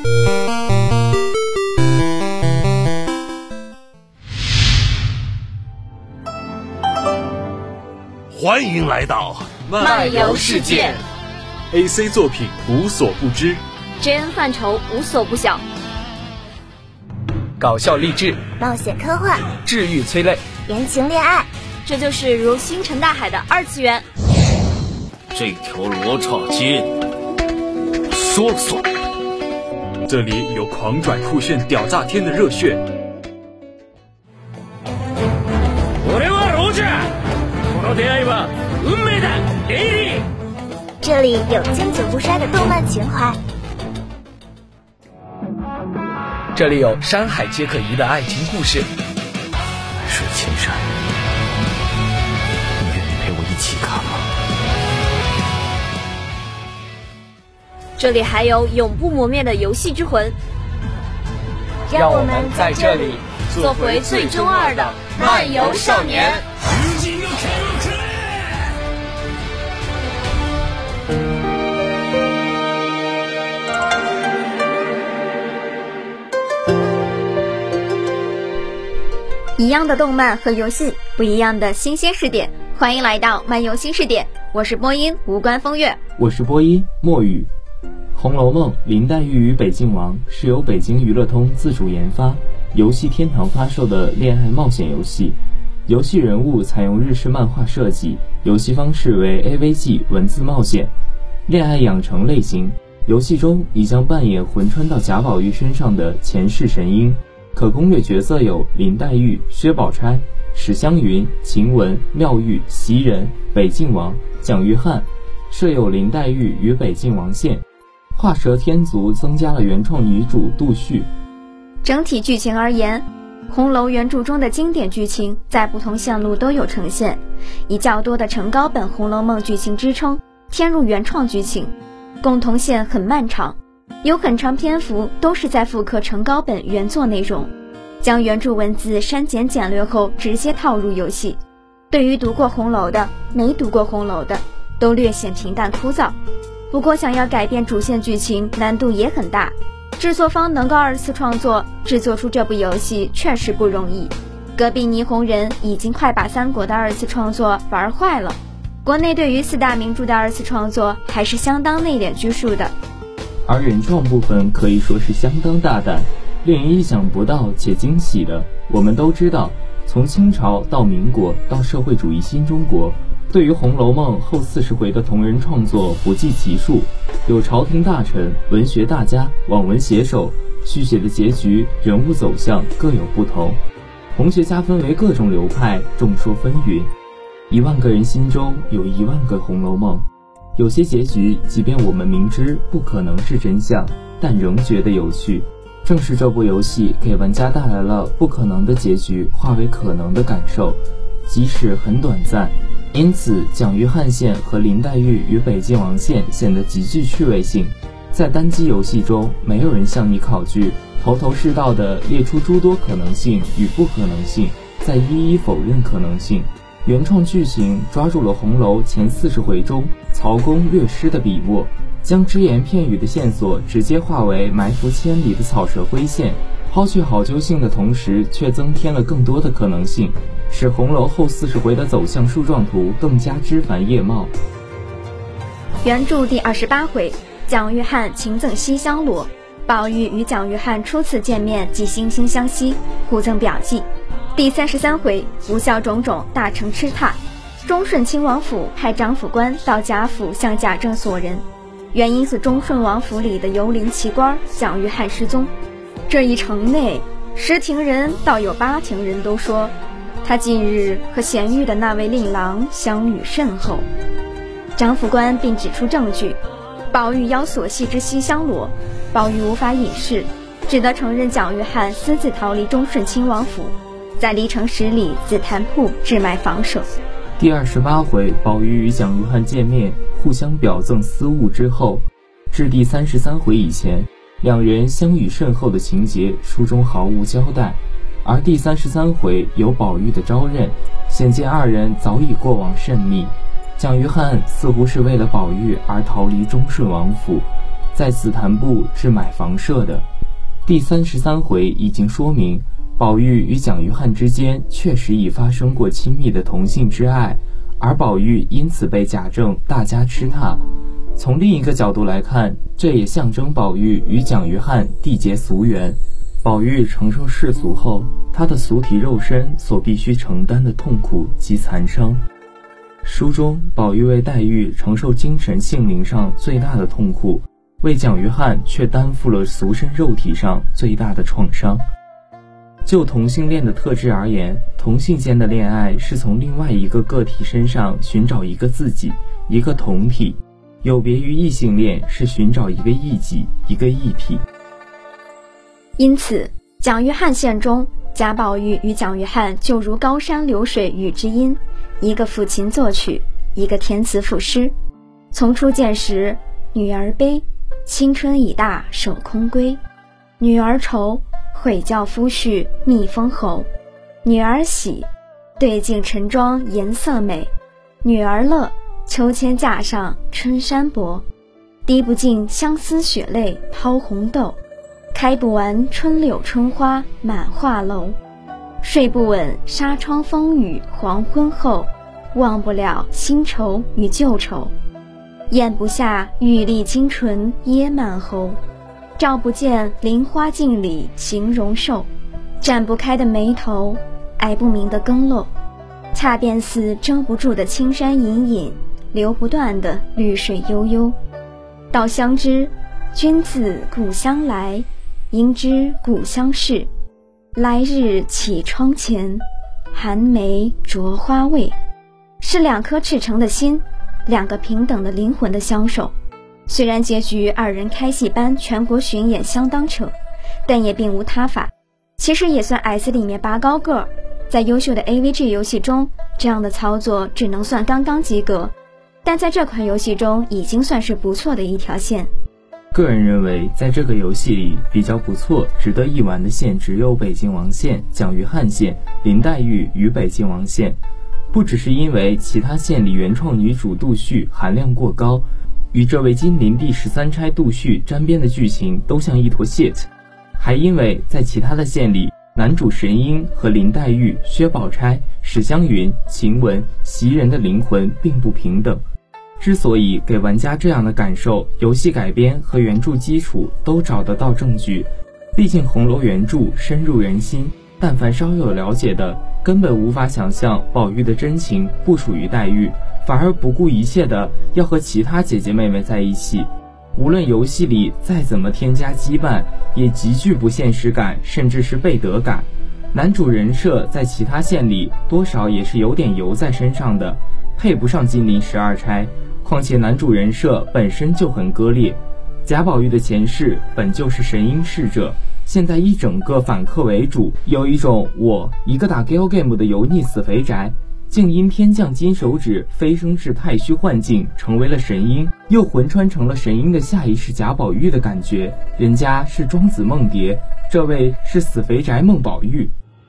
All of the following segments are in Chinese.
欢迎来到漫游世界。 AC 作品无所不知， JN 范畴无所不晓， 搞笑励志， 冒险科幻， 治愈催泪， 言情恋爱， 这就是如星辰大海的二次元。 这条罗刹街我说了算。 这里有狂拽酷炫屌炸天的热血。 这里有经久不衰的动漫情怀， 这里有山海皆可移的爱情故事。 水千山，你愿意陪我一起看吗？ 这里还有永不磨灭的游戏之魂。 让我们在这里做回最中二的漫游少年。一样的动漫和游戏，不一样的新鲜视点，欢迎来到漫游新视点，我是播音无关风月， 我是播音墨雨。《红楼梦》林黛玉与北静王是由北京娱乐通自主研发，游戏天堂发售的恋爱冒险游戏。游戏人物采用日式漫画设计，游戏方式为 AVG 文字冒险，恋爱养成类型。游戏中你将扮演魂穿到贾宝玉身上的前世神鹰，可攻略角色有林黛玉、薛宝钗、史湘云、晴雯、妙玉、袭人、北静王、蒋玉菡，设有林黛玉与北静王线。画蛇添足增加了原创女主杜旭。 整体剧情而言，红楼原著中的经典剧情在不同线路都有呈现，以较多的成高本《红楼梦》剧情支撑，添入原创剧情。共同线很漫长，有很长篇幅都是在复刻成高本原作内容，将原著文字删减简略后直接套入游戏。对于读过红楼的、没读过红楼的，都略显平淡枯燥。不过想要改变主线剧情难度也很大，制作方能够二次创作制作出这部游戏确实不容易。隔壁霓虹人已经快把三国的二次创作玩坏了，国内对于四大名著的二次创作还是相当内敛拘束的。 而原创部分可以说是相当大胆，令人意想不到且惊喜的。我们都知道，从清朝到民国到社会主义新中国，对于《红楼梦》后40回的同人创作不计其数，有朝廷大臣、文学大家、网文写手，续写的结局、人物走向各有不同。红学家分为各种流派，众说纷纭。1万个人心中有1万个《红楼梦》，有些结局，即便我们明知不可能是真相，但仍觉得有趣。正是这部游戏给玩家带来了不可能的结局化为可能的感受，即使很短暂。因此蒋玉菡线和林黛玉与北静王线显得极具趣味性。在单机游戏中，没有人向你考据，头头是道地列出诸多可能性与不可能性，再一一否认可能性。原创剧情抓住了红楼前40回中曹公略施的笔墨，将只言片语的线索直接化为埋伏千里的草蛇灰线，抛去好旧性的同时却增添了更多的可能性，使红楼后40回的走向树状图更加枝繁叶茂。 原著第28回，蒋玉菡情赠西厢罗，宝玉与蒋玉菡初次见面即惺惺相惜，互赠表记。第33回，不孝种种，大成吃踏，忠顺亲王府派张府官到贾府向贾政索人，原因是忠顺王府里的幽灵奇官蒋玉菡失踪。这一城内10亭人倒有8亭人都说，他近日和贤玉的那位令郎相遇甚厚。张府官并指出证据，宝玉邀所系之西厢罗，宝玉无法隐饰，只得承认蒋玉菡私自逃离忠顺亲王府，在离城10里紫檀铺置卖房舍。 第28回，宝玉与蒋玉菡见面，互相表赠私物之后，至第33回以前，两人相遇甚厚的情节书中毫无交代。而第33回有宝玉的招认，显见二人早已过往甚密。蒋玉菡似乎是为了宝玉而逃离忠顺王府， 在紫檀部置买房舍的。第33回已经说明，宝玉与蒋玉菡之间确实已发生过亲密的同性之爱，而宝玉因此被贾政大加吃挞。从另一个角度来看，这也象征宝玉与蒋玉菡缔结俗缘。宝玉承受世俗后，他的俗体肉身所必须承担的痛苦及残伤。书中，宝玉为黛玉承受精神性灵上最大的痛苦，为蒋玉菡却担负了俗身肉体上最大的创伤。就同性恋的特质而言，同性间的恋爱是从另外一个个体身上寻找一个自己，一个同体，有别于异性恋是寻找一个异己，一个异体。 因此，蒋玉菡线中，贾宝玉与蒋玉菡就如高山流水遇知音，一个抚琴作曲，一个填词赋诗。从初见时，女儿悲，青春已大手空归；女儿愁，悔教夫婿觅封侯；女儿喜，对镜陈妆颜色美；女儿乐，秋千架上春山薄。滴不尽相思血泪抛红豆，开不完春柳春花满画楼。睡不稳纱窗风雨黄昏后，忘不了新愁与旧愁。咽不下玉粒金唇噎满喉，照不见菱花镜里形容瘦。展不开的眉头，挨不明的更漏，恰便似遮不住的青山隐隐，流不断的绿水悠悠。道相知，君自故乡来，应知故乡事。来日绮窗前，寒梅着花未。是两颗赤诚的心，两个平等的灵魂的相守。虽然结局二人开戏班全国巡演相当扯，但也并无他法。其实也算 S 里面拔高个儿，在优秀的 AVG 游戏中，这样的操作只能算刚刚及格，但在这款游戏中已经算是不错的一条线。 个人认为，在这个游戏里比较不错、值得一玩的线只有北静王线、蒋玉菡线、林黛玉与北静王线。不只是因为其他线里原创女主杜旭含量过高，与这位金陵第13钗杜旭沾边的剧情都像一坨 shit， 还因为在其他的线里，男主神鹰和林黛玉、薛宝钗、史湘云、晴雯、袭人的灵魂并不平等。之所以给玩家这样的感受，游戏改编和原著基础都找得到证据。毕竟红楼原著深入人心，但凡稍有了解的，根本无法想象宝玉的真情不属于黛玉，反而不顾一切的要和其他姐姐妹妹在一起。无论游戏里再怎么添加羁绊，也极具不现实感，甚至是背德感。男主人设在其他线里多少也是有点油在身上的，配不上金陵12钗。况且男主人设本身就很割裂，贾宝玉的前世本就是神瑛侍者，现在一整个反客为主，有一种我一个打 Galgame 的油腻死肥宅，竟因天降金手指飞升至太虚幻境，成为了神瑛，又魂穿成了神瑛的下一世贾宝玉的感觉。人家是庄子梦蝶，这位是死肥宅孟宝玉。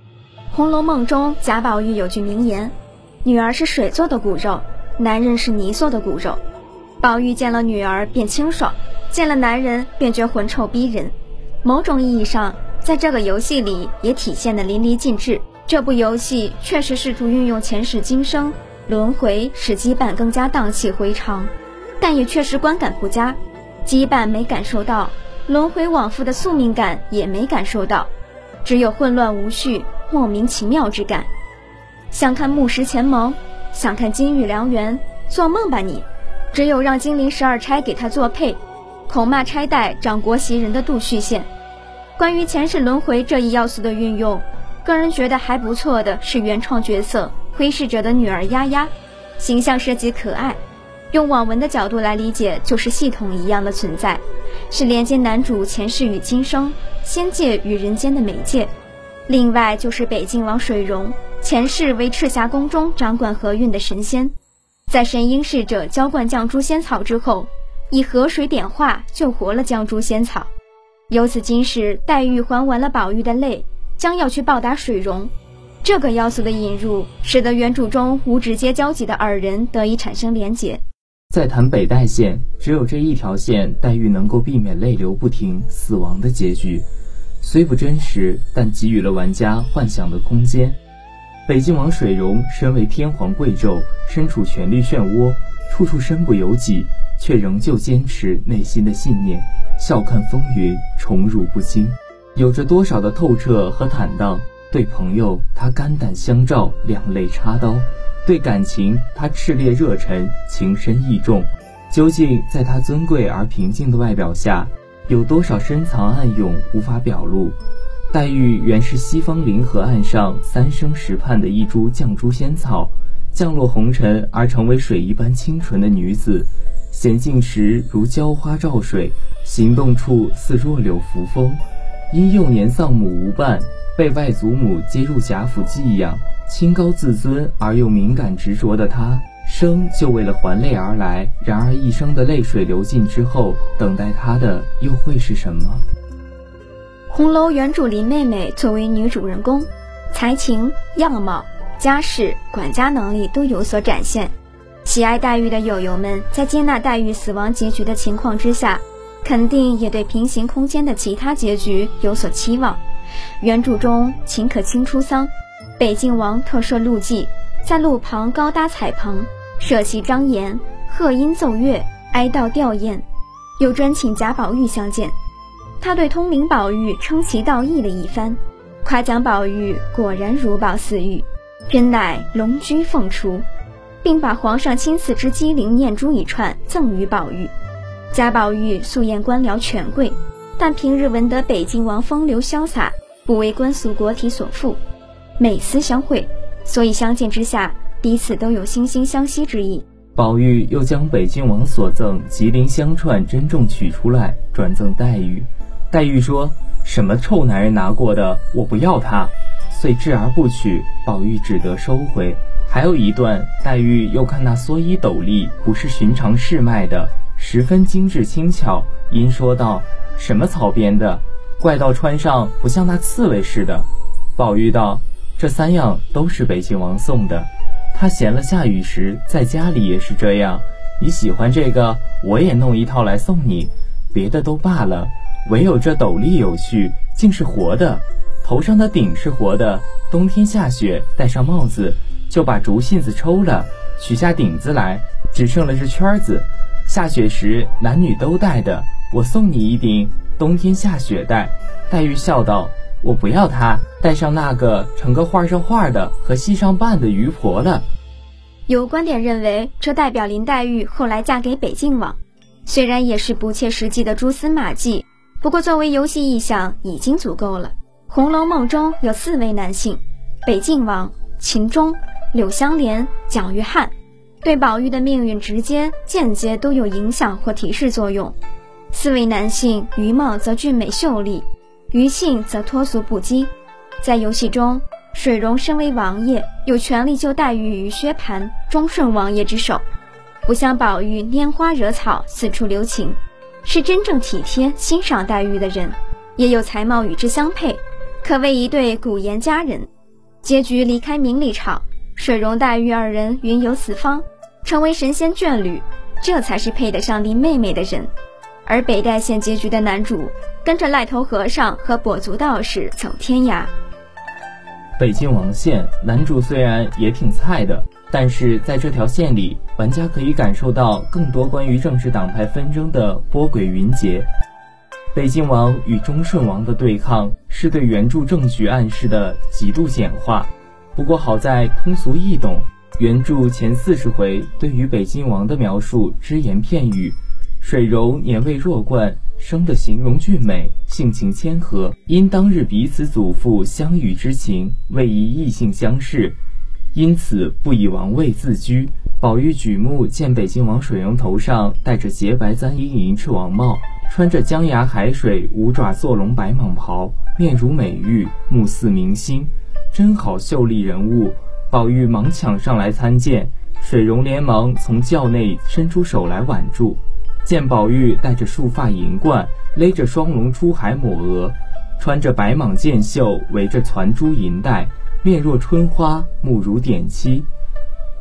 《红楼梦》中贾宝玉有句名言：女儿是水做的骨肉，男人是泥做的骨肉。宝玉见了女儿便清爽，见了男人便觉魂臭逼人。某种意义上，在这个游戏里也体现得淋漓尽致。这部游戏确实试图运用前世今生轮回，使羁绊更加荡气回肠，但也确实观感不佳。羁绊没感受到，轮回往复的宿命感也没感受到，只有混乱无序、莫名其妙之感。想看木石前盟，想看金玉良缘，做梦吧你！只有让金陵12钗给他做配，口骂钗带长国袭人的杜旭线。关于前世轮回这一要素的运用，个人觉得还不错的是原创角色窥视者的女儿丫丫，形象设计可爱，用网文的角度来理解，就是系统一样的存在，是连接男主前世与今生、仙界与人间的媒介。另外就是北静王水溶，前世为赤霞宫中掌管河运的神仙，在神瑛侍者浇灌绛珠仙草之后，以河水点化救活了绛珠仙草。由此今世黛玉还完了宝玉的泪，将要去报答水溶。这个要素的引入，使得原著中无直接交集的二人得以产生连结。 再谈北代线，只有这一条线，黛玉能够避免泪流不停、死亡的结局。虽不真实，但给予了玩家幻想的空间。北静王水溶身为天皇贵胄，身处权力漩涡，处处身不由己，却仍旧坚持内心的信念，笑看风云，宠辱不惊。有着多少的透彻和坦荡？对朋友，他肝胆相照，两肋插刀；对感情，他炽烈热忱，情深意重。究竟在他尊贵而平静的外表下，有多少深藏暗涌无法表露？黛玉原是西方灵河岸上三生石畔的一株绛珠仙草，降落红尘而成为水一般清纯的女子，娴静时如娇花照水，行动处似弱柳扶风。因幼年丧母无伴，被外祖母接入贾府寄养，清高自尊而又敏感执着的她，生就为了还泪而来。然而一生的泪水流尽之后，等待她的又会是什么？ 红楼原著林妹妹作为女主人公，才情、样貌、家世、管家能力都有所展现。喜爱黛玉的友友们在接纳黛玉死亡结局的情况之下，肯定也对平行空间的其他结局有所期望。原著中秦可卿出丧，北静王特设路祭，在路旁高搭彩棚，设席张筵，贺音奏乐，哀悼吊唁，又专请贾宝玉相见。他对通灵宝玉称其道义了一番，夸奖宝玉果然如宝似玉，真乃龙居凤雏，并把皇上亲赐之机灵念珠一串赠予宝玉。贾宝玉素厌官僚权贵，但平日闻得北静王风流潇洒，不为官俗国体所缚，美思相会，所以相见之下，彼此都有惺惺相惜之意。 宝玉又将北静王所赠吉林香串珍重取出来，转赠黛玉。黛玉说：“什么臭男人拿过的，我不要他。”遂置而不取，宝玉只得收回。还有一段，黛玉又看那蓑衣斗笠不是寻常世卖的，十分精致轻巧，因说道：“什么草编的，怪到穿上不像那刺猬似的。”宝玉道：“这三样都是北静王送的，他闲了下雨时在家里也是这样。你喜欢这个，我也弄一套来送你，别的都罢了，唯有这斗笠有趣，竟是活的，头上的顶是活的，冬天下雪戴上帽子，就把竹信子抽了，取下顶子来，只剩了这圈子，下雪时男女都戴的，我送你一顶，冬天下雪戴。”黛玉笑道：“我不要它，戴上那个成个画上画的和戏上扮的渔婆了。” 有观点认为，这代表林黛玉后来嫁给北静王，虽然也是不切实际的蛛丝马迹，不过作为游戏意象已经足够了。《红楼梦》中有4位男性：北静王、秦钟、柳湘莲、蒋玉菡，对宝玉的命运直接、间接都有影响或提示作用。4位男性，于貌则俊美秀丽，于性则脱俗不羁。在游戏中，水溶身为王爷，有权利救黛玉于薛蟠，忠顺王爷之手，不像宝玉拈花惹草，四处留情，是真正体贴欣赏黛玉的人，也有才貌与之相配，可谓一对古言佳人。结局离开明历朝，水溶黛玉二人云游四方，成为神仙眷侣，这才是配得上林妹妹的人。而北代线结局的男主跟着赖头和尚和跛足道士走天涯。 北静王线男主虽然也挺菜的，但是在这条线里，玩家可以感受到更多关于政治党派纷争的波诡云谲。北静王与忠顺王的对抗是对原著政局暗示的极度简化，不过好在通俗易懂。原著前40回对于北静王的描述只言片语，水溶年未弱冠，生的形容俊美，性情谦和，因当日彼此祖父相遇之情，为以异性相视，因此不以王位自居。宝玉举目见北静王水溶头上戴着洁白簪缨银翅王帽，穿着江崖海水五爪坐龙白蟒袍，面如美玉，目似明星，真好秀丽人物。宝玉忙抢上来参见，水溶连忙从轿内伸出手来挽住。见宝玉戴着束发银冠，勒着双龙出海抹额，穿着白蟒箭袖，围着攒珠银带，面若春花，目如点漆。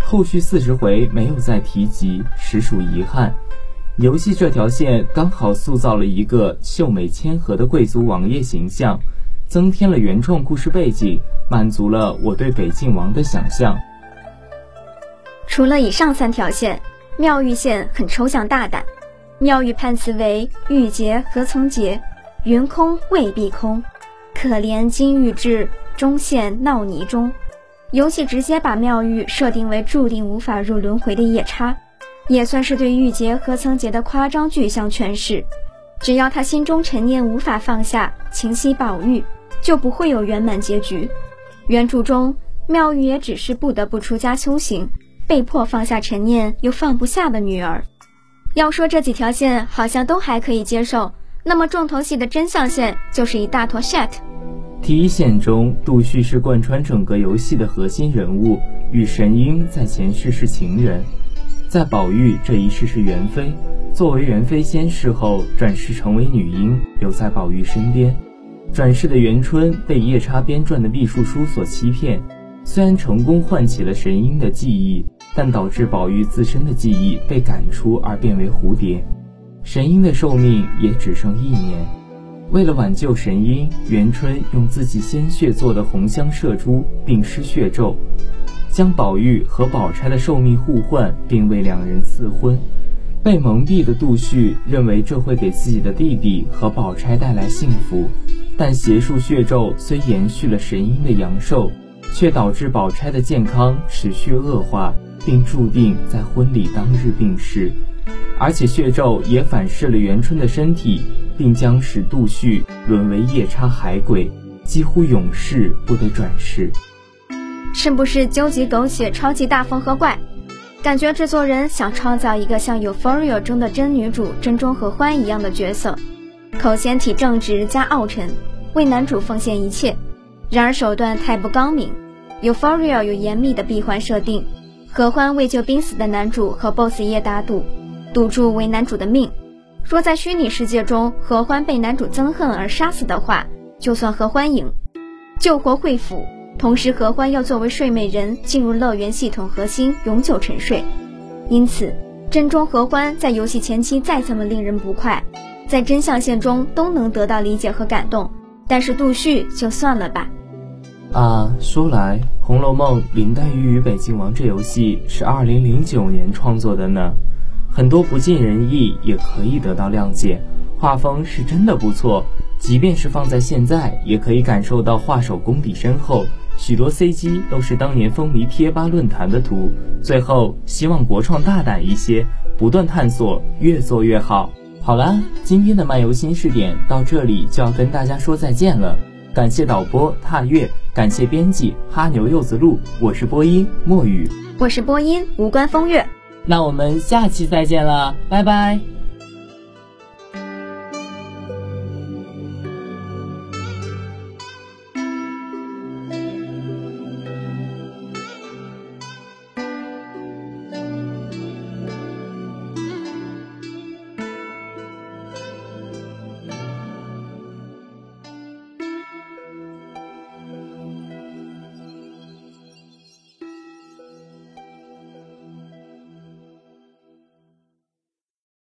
后续40回没有再提及，实属遗憾。游戏这条线刚好塑造了一个秀美谦和的贵族王爷形象，增添了原创故事背景，满足了我对北静王的想象。 除了以上3条线，妙玉线很抽象大胆。妙玉判词为玉洁何曾洁，云空未必空，可怜金玉质，终陷闹泥中。游戏直接把妙玉设定为注定无法入轮回的夜叉，也算是对玉洁何曾洁的夸张具象诠释。只要他心中陈念无法放下，情系宝玉，就不会有圆满结局。原著中，妙玉也只是不得不出家修行，被迫放下陈念又放不下的女儿。要说这几条线好像都还可以接受，那么重头戏的真相线就是一大坨 shit。 第一线中，杜旭是贯穿整个游戏的核心人物，与神鹰在前世是情人，在宝玉这一世是元妃，作为元妃仙侍后转世成为女婴，留在宝玉身边。转世的元春被夜叉编撰的秘术书所欺骗，虽然成功唤起了神鹰的记忆，但导致宝玉自身的记忆被赶出而变为蝴蝶，神鹰的寿命也只剩1年。为了挽救神鹰，元春用自己鲜血做的红香麝珠并施血咒，将宝玉和宝钗的寿命互换，并为2人赐婚。被蒙蔽的杜旭认为这会给自己的弟弟和宝钗带来幸福，但邪术血咒虽延续了神鹰的阳寿，却导致宝钗的健康持续恶化，并注定在婚礼当日病逝。而且血咒也反噬了元春的身体，并将使杜旭沦为夜叉海鬼，几乎永世不得转世。 是不是究极狗血超级大缝合怪？感觉制作人想创造一个像 Euphoria 中的真女主真中合欢一样的角色，口嫌体正直加傲沉，为男主奉献一切。然而手段太不高明。 Euphoria 有严密的闭环设定，合欢为救濒死的男主和 BOSS 叶打赌，赌注为男主的命。若在虚拟世界中合欢被男主憎恨而杀死的话，就算合欢赢。救活惠府，同时合欢要作为睡美人进入乐园系统核心永久沉睡。因此真中合欢在游戏前期再怎么令人不快，在真相线中都能得到理解和感动，但是杜旭就算了吧。 说来《红楼梦》林黛玉与北静王这游戏是2009年创作的呢，很多不尽人意也可以得到谅解，画风是真的不错，即便是放在现在也可以感受到画手功底深厚，许多 CG 都是当年风靡贴吧论坛的图。最后希望国创大胆一些，不断探索，越做越好。好啦，今天的漫游新视点到这里就要跟大家说再见了，感谢导播踏月，感谢编辑哈牛柚子鹿，我是播音墨雨， 我是播音无关风月。 那我们下期再见了，拜拜。